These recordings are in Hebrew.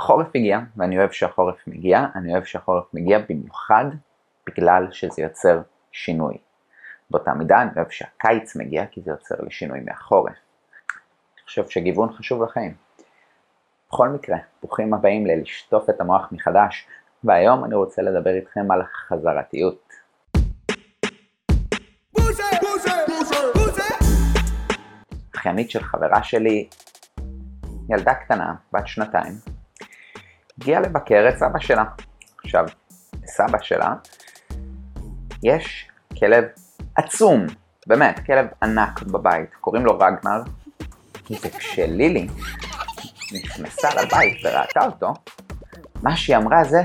החורף הגיע, ואני אוהב שהחורף מגיע. אני אוהב שהחורף מגיע במיוחד בגלל שזה יוצר שינוי. באותה מידה אני אוהב שהקיץ מגיע, כי זה יוצר לשינוי מהחורף. אני חושב שגיוון חשוב לחיים. בכל מקרה, ברוכים הבאים ללשטוף את המוח מחדש, והיום אני רוצה לדבר איתכם על חזרתיות. אחיינית של חברה שלי, ילדה קטנה, בת 2, הגיעה לבקר את סבא שלה. עכשיו, סבא שלה יש כלב עצום, באמת, כלב ענק בבית, קוראים לו רגנר, וכשלילי נכנסה לבית וראתה אותו, מה שהיא אמרה זה,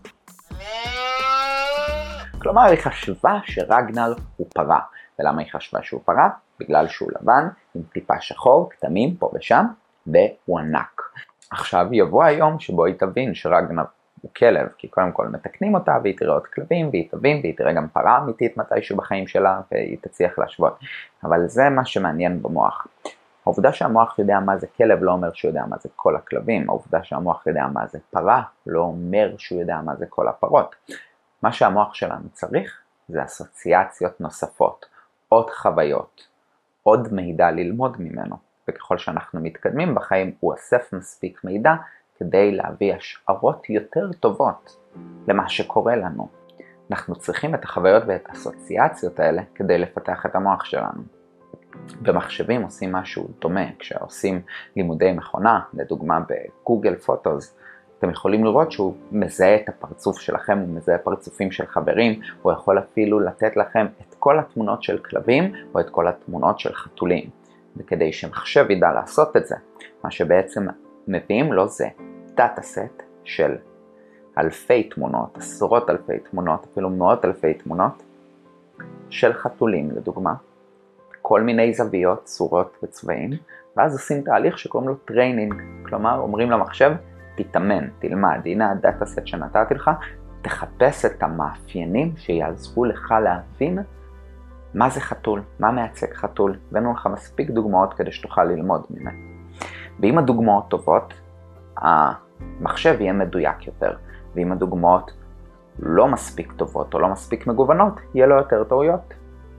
כלומר היא חשבה שרגנר הוא פרה. ולמה היא חשבה שהוא פרה? בגלל שהוא לבן, עם טיפה שחור, כתמים פה ושם, והוא ענק. עכשיו יבוא היום שבו היא תבין שרגנר הוא כלב, כי קודם כל מתקנים אותה והיא תראה עוד כלבים, והיא תבין והיא תראה גם פרה אמיתית מתישהו בחיים שלה, והיא תצליח להשוות. אבל זה מה שמעניין במוח. העובדה שהמוח יודע מה זה כלב לא אומר שהוא יודע מה זה כל הכלבים. העובדה שהמוח יודע מה זה פרה לא אומר שהוא יודע מה זה כל הפרות. מה שהמוח שלנו צריך זה אסוציאציות נוספות, עוד חוויות, עוד מידע ללמוד ממנו. וככל שאנחנו מתקדמים בחיים הוא אוסף מספיק מידע כדי להביא השערות יותר טובות למה שקורה לנו. אנחנו צריכים את החוויות ואת האסוציאציות האלה כדי לפתח את המוח שלנו. במחשבים עושים משהו דומה. כשעושים לימודי מכונה, לדוגמה בגוגל פוטוס, אתם יכולים לראות שהוא מזהה את הפרצוף שלכם, הוא מזהה פרצופים של חברים, הוא יכול אפילו לתת לכם את כל התמונות של כלבים או את כל התמונות של חתולים. וכדי שמחשב ידע לעשות את זה, מה שבעצם מביאים לו זה דאטה סט של אלפי תמונות, עשרות אלפי תמונות, אפילו מאות אלפי תמונות של חתולים לדוגמה, כל מיני זוויות, צורות וצבעים, ואז עושים תהליך שקוראים לו טריינינג, כלומר אומרים למחשב, תתאמן, תלמד, הנה הדאטה סט שנתתי לך, תחפש את המאפיינים שיעזרו לך להבין מה זה חתול, מה מייצג חתול, הבאנו לך מספיק דוגמאות כדי שתוכל ללמוד ממנו. ואם הדוגמאות טובות, המחשב יהיה מדויק יותר, ואם הדוגמאות לא מספיק טובות או לא מספיק מגוונות, יהיה לו יותר טעויות.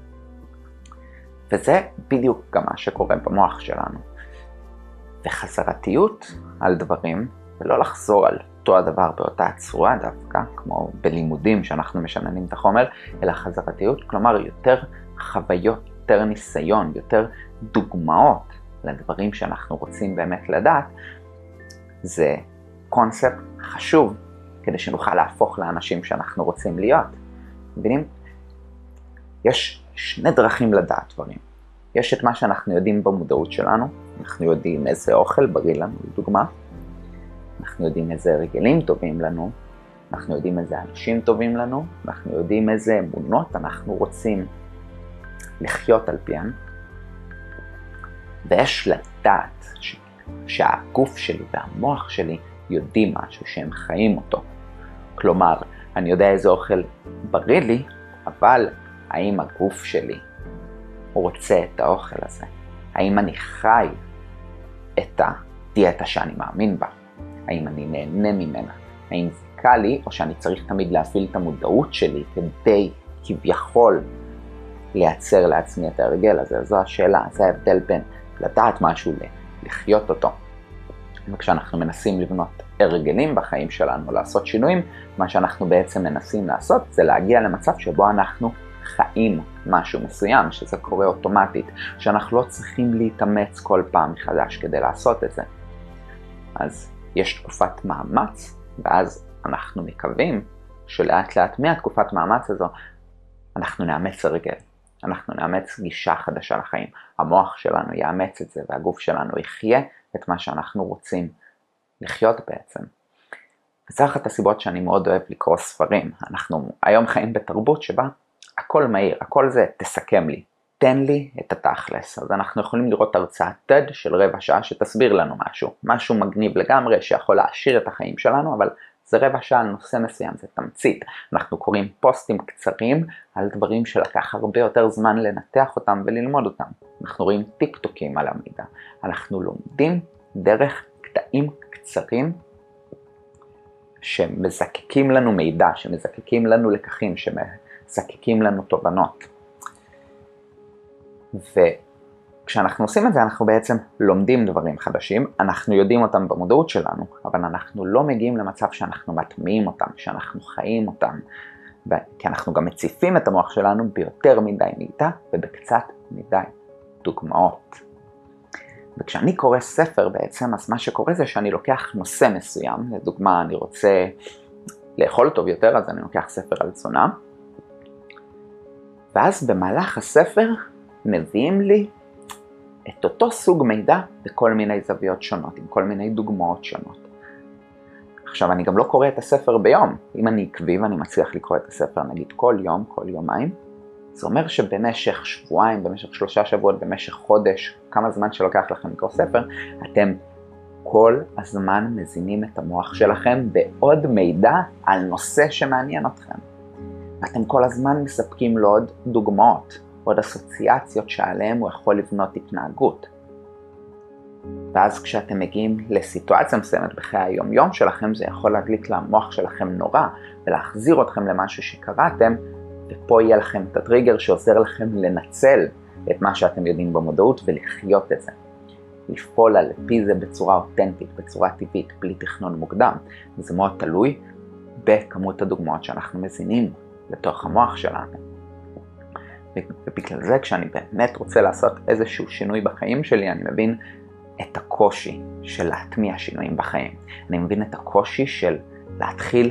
וזה בדיוק גם מה שקורה במוח שלנו. וחזרתיות על דברים, ולא לחזור על אותו הדבר באותה צורה דווקא, כמו בלימודים שאנחנו משננים את החומר, אלא חזרתיות, כלומר יותר חוויות, יותר ניסיון, יותר דוגמאות לדברים שאנחנו רוצים באמת לדעת, זה קונספט חשוב כדי שנוכל להפוך לאנשים שאנחנו רוצים להיות. מבינים? יש שני דרכים לדעת דברים. יש את מה שאנחנו יודעים במודעות שלנו, אנחנו יודעים איזה אוכל בריא לנו, לדוגמה, אנחנו יודעים איזה הרגלים טובים לנו, אנחנו יודעים איזה אנשים טובים לנו, אנחנו יודעים איזה אמונות אנחנו רוצים לחיות על פיהן, ויש לדעת שהגוף שלי והמוח שלי יודעים משהו שהם חיים אותו. כלומר, אני יודע איזה אוכל בריא לי, אבל האם הגוף שלי רוצה את האוכל הזה? האם אני חי את הדיאטה שאני מאמין בה? האם אני נהנה ממנה? האם זה קל לי, או שאני צריך תמיד להפעיל את המודעות שלי כדי כביכול לייצר לעצמי את ההרגל הזה? זו השאלה, זה ההבדל בין לדעת משהו לחיות אותו. וכשאנחנו מנסים לבנות הרגלים בחיים שלנו, לעשות שינויים, מה שאנחנו בעצם מנסים לעשות זה להגיע למצב שבו אנחנו חיים משהו מסוים, שזה קורה אוטומטית, שאנחנו לא צריכים להתאמץ כל פעם מחדש כדי לעשות את זה. אז יש תקופת מאמץ, ואז אנחנו מקווים שלאט לאט מהתקופת מאמץ הזו, אנחנו נאמץ הרגל. אנחנו נאמץ גישה חדשה לחיים. המוח שלנו יאמץ את זה, והגוף שלנו יחיה את מה שאנחנו רוצים לחיות בעצם. וזו אחת הסיבות שאני מאוד אוהב לקרוא ספרים. אנחנו היום חיים בתרבות שבה הכל מהיר, הכל זה תסכם לי, תן לי את התכלס. אז אנחנו יכולים לראות הרצאת TED של רבע שעה שתסביר לנו משהו מגניב לגמרי שיכול להעשיר את החיים שלנו, אבל זה רבע שעה על נושא מסוים, זה תמצית. אנחנו קוראים פוסטים קצרים על דברים שלקח הרבה יותר זמן לנתח אותם וללמוד אותם. אנחנו רואים טיק טוקים על המידע. אנחנו לומדים דרך קטעים קצרים שמזקקים לנו מידע, שמזקקים לנו לקחים, שמזקקים לנו תובנות. וכשאנחנו עושים את זה, אנחנו בעצם לומדים דברים חדשים, אנחנו יודעים אותם במודעות שלנו, אבל אנחנו לא מגיעים למצב שאנחנו מטמיעים אותם, שאנחנו חיים אותם, כי אנחנו גם מציפים את המוח שלנו ביותר מדי מידע ובקצת מדי דוגמאות. וכשאני קורא ספר בעצם, אז מה שקורה זה שאני לוקח נושא מסוים, לדוגמה אני רוצה לאכול טוב יותר, אז אני לוקח ספר על תזונה, ואז במהלך הספר מביאים לי את אותו סוג מידע בכל מיני זוויות שונות, עם כל מיני דוגמאות שונות. עכשיו אני גם לא קורא את הספר ביום, אם אני עקבי ואני מצליח לקרוא את הספר נגיד כל יום, כל יומיים, זה אומר שבמשך שבועיים, במשך 3 שבועות, במשך חודש, כמה זמן שלוקח לכם לקרוא ספר, אתם כל הזמן מזינים את המוח שלכם בעוד מידע על נושא שמעניין אתכם. ואתם כל הזמן מספקים לו עוד דוגמאות, עוד אסוציאציות שעליהם הוא יכול לבנות התנהגות. ואז כשאתם מגיעים לסיטואציה מסוימת בחיי היום-יום שלכם, זה יכול להדליק למוח שלכם נורא, ולהחזיר אתכם למשהו שקראתם, ופה יהיה לכם את הטריגר שעוזר לכם לנצל את מה שאתם יודעים במודעות ולחיות את זה. לפעול על פי זה בצורה אותנטית, בצורה טבעית, בלי תכנון מוקדם. וזה מאוד תלוי בכמות הדוגמאות שאנחנו מזינים לתוך המוח שלנו. ובגלל זה כשאני באמת רוצה לעשות איזשהו שינוי בחיים שלי, אני מבין את הקושי של להטמיע שינויים בחיים. אני מבין את הקושי של להתחיל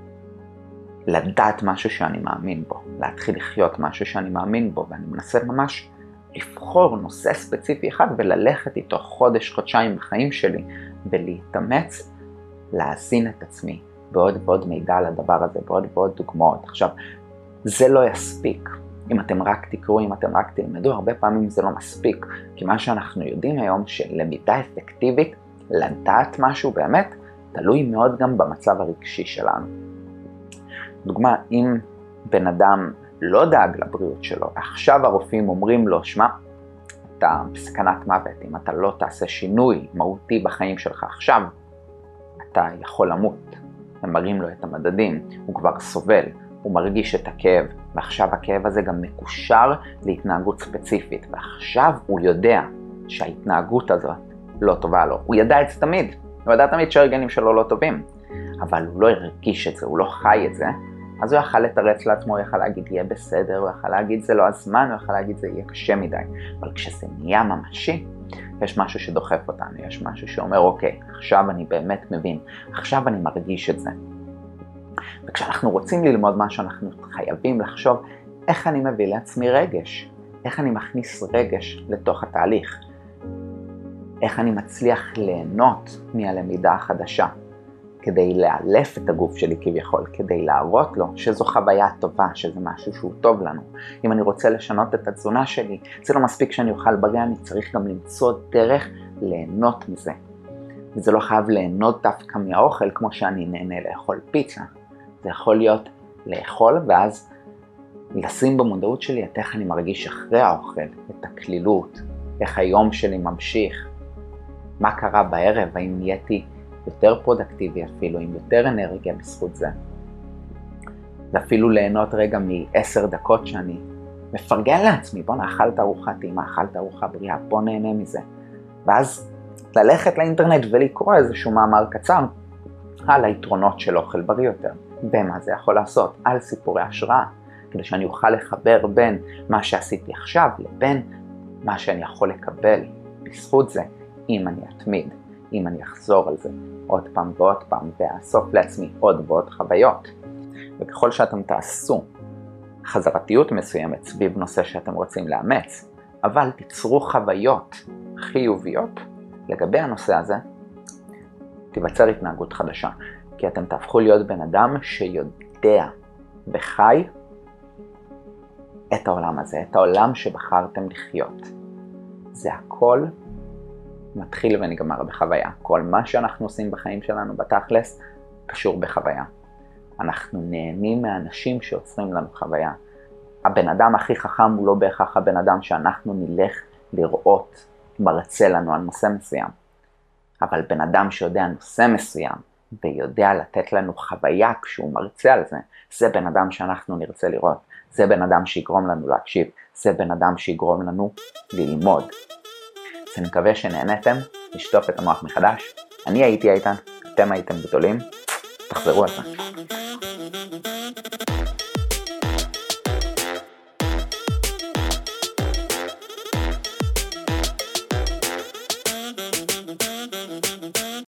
לדעת משהו שאני מאמין בו, להתחיל לחיות משהו שאני מאמין בו, ואני מנסה ממש לבחור נושא ספציפי אחד וללכת איתו חודש, חודשיים בחיים שלי, ולהתאמץ להזין את עצמי בעוד ועוד מידע על הדבר הזה, בעוד ועוד דוגמאות. עכשיו, זה לא יספיק. אם אתם רק תקראו, אם אתם רק תלמדו, הרבה פעמים זה לא מספיק, כי מה שאנחנו יודעים היום שלמידה אפקטיבית, לדעת משהו באמת, תלוי מאוד גם במצב הרגשי שלנו. דוגמה, אם בן אדם לא דאג לבריאות שלו, עכשיו הרופאים אומרים לו, שמע, אתה בסכנת מוות, אם אתה לא תעשה שינוי מהותי בחיים שלך עכשיו, אתה יכול למות. הם מראים לו את המדדים, הוא כבר סובל, הוא מרגיש את הכאב, ועכשיו הכאב הזה גם מקושר להתנהגות ספציפית, ועכשיו הוא יודע שההתנהגות הזאת לא טובה לו. הוא ידע את זה תמיד, הוא ידע תמיד שהרגלים שלו לא טובים, אבל הוא לא הרגיש את זה, הוא לא חי את זה, אז הוא יכל לתרץ לעצמו, הוא יכל להגיד יהיה בסדר, הוא יכל להגיד זה לא הזמן, הוא יכל להגיד זה יהיה קשה מדי, אבל כשזה נהיה ממשי, יש משהו שדוחף אותנו, יש משהו שאומר אוקיי, עכשיו אני באמת מבין, עכשיו אני מרגיש את זה. וכשאנחנו רוצים ללמוד משהו, אנחנו חייבים לחשוב איך אני מביא לעצמי רגש, איך אני מכניס רגש לתוך התהליך, איך אני מצליח ליהנות מהלמידה החדשה, כדי לאלף את הגוף שלי כביכול, כדי להראות לו שזו חוויה טובה, שזה משהו שהוא טוב לנו. אם אני רוצה לשנות את התזונה שלי, זה לא מספיק שאני אוכל בריא, אני צריך גם למצוא דרך ליהנות מזה. וזה לא חייב ליהנות דווקא מהאוכל, כמו שאני נהנה לאכול פיצה. זה יכול להיות לאכול, ואז לשים במודעות שלי את איך אני מרגיש אחרי האוכל, את הכלילות, איך היום שלי ממשיך, מה קרה בערב, האם נהייתי יותר פרודקטיבי אפילו, עם יותר אנרגיה בזכות זה. ואפילו ליהנות רגע מ10 דקות שאני מפרגן לעצמי, בוא נאכלת ארוחה טעימה, אכלת ארוחה בריאה, בוא נהנה מזה. ואז ללכת לאינטרנט ולקרוא איזשהו מאמר קצר על היתרונות של אוכל בריא יותר, ומה זה יכול לעשות, על סיפורי השראה, כדי שאני אוכל לחבר בין מה שעשיתי עכשיו לבין מה שאני יכול לקבל בזכות זה, אם אני אתמיד. אם אני אחזור על זה עוד פעם ועוד פעם, ואסוף לעצמי עוד ועוד חוויות. וככל שאתם תעשו חזרתיות מסוימת סביב נושא שאתם רוצים לאמץ, אבל תיצרו חוויות חיוביות לגבי הנושא הזה, תיווצר התנהגות חדשה. כי אתם תהפכו להיות בן אדם שיודע וחי את העולם הזה, את העולם שבחרתם לחיות. זה הכל מתחיל ונגמר בחוויה. כל מה שאנחנו עושים בחיים שלנו בתכלס קשור בחוויה. אנחנו נהנים מהאנשים שיוצרים לנו חוויה. הבן אדם הכי חכם הוא לא בהכרח הבן אדם שאנחנו נלך לראות מרצה לנו על נושא מסוים. אבל בן אדם שיודע נושא מסוים ויודע לתת לנו חוויה כשהוא מרצה על זה, זה בן אדם שאנחנו נרצה לראות, זה בן אדם שיגרום לנו להקשיב, זה בן אדם שיגרום לנו ללמוד. אז אני מקווה שנהנתם, לשטוף את המוח מחדש. אני הייתי איתן, אתם הייתם גדולים, תחזרו על זה.